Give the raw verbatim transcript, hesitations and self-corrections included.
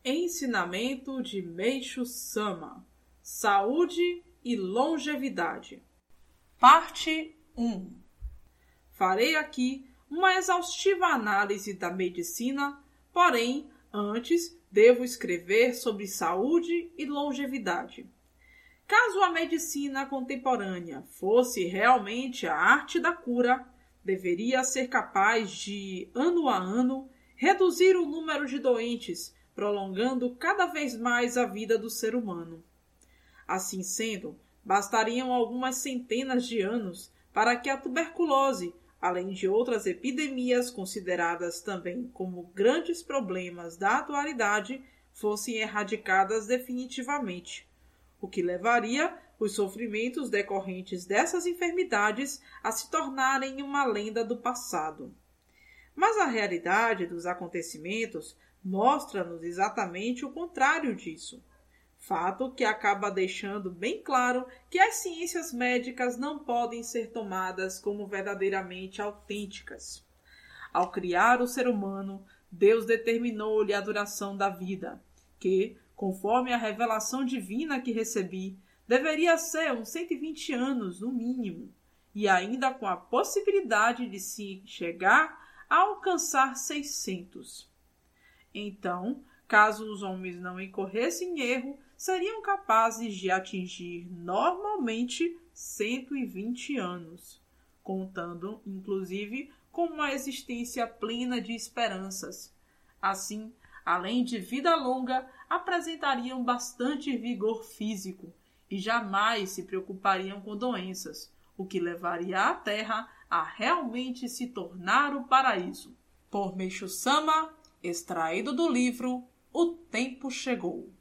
Ensinamento de Meishu Sama: Saúde e Longevidade. Parte um. Farei aqui uma exaustiva análise da medicina, porém, antes devo escrever sobre saúde e longevidade. Caso a medicina contemporânea fosse realmente a arte da cura, deveria ser capaz de, ano a ano, reduzir o número de doentes, prolongando cada vez mais a vida do ser humano. Assim sendo, bastariam algumas centenas de anos para que a tuberculose, além de outras epidemias consideradas também como grandes problemas da atualidade, fossem erradicadas definitivamente, o que levaria os sofrimentos decorrentes dessas enfermidades a se tornarem uma lenda do passado. Mas a realidade dos acontecimentos mostra-nos exatamente o contrário disso. Fato que acaba deixando bem claro que as ciências médicas não podem ser tomadas como verdadeiramente autênticas. Ao criar o ser humano, Deus determinou-lhe a duração da vida, que, conforme a revelação divina que recebi, deveria ser uns cento e vinte anos no mínimo, e ainda com a possibilidade de se chegar a alcançar seiscentos. Então, caso os homens não incorressem em erro, seriam capazes de atingir normalmente cento e vinte anos, contando, inclusive, com uma existência plena de esperanças. Assim, além de vida longa, apresentariam bastante vigor físico e jamais se preocupariam com doenças, o que levaria a Terra a realmente se tornar o paraíso. Por Meishu Sama, extraído do livro O Tempo Chegou.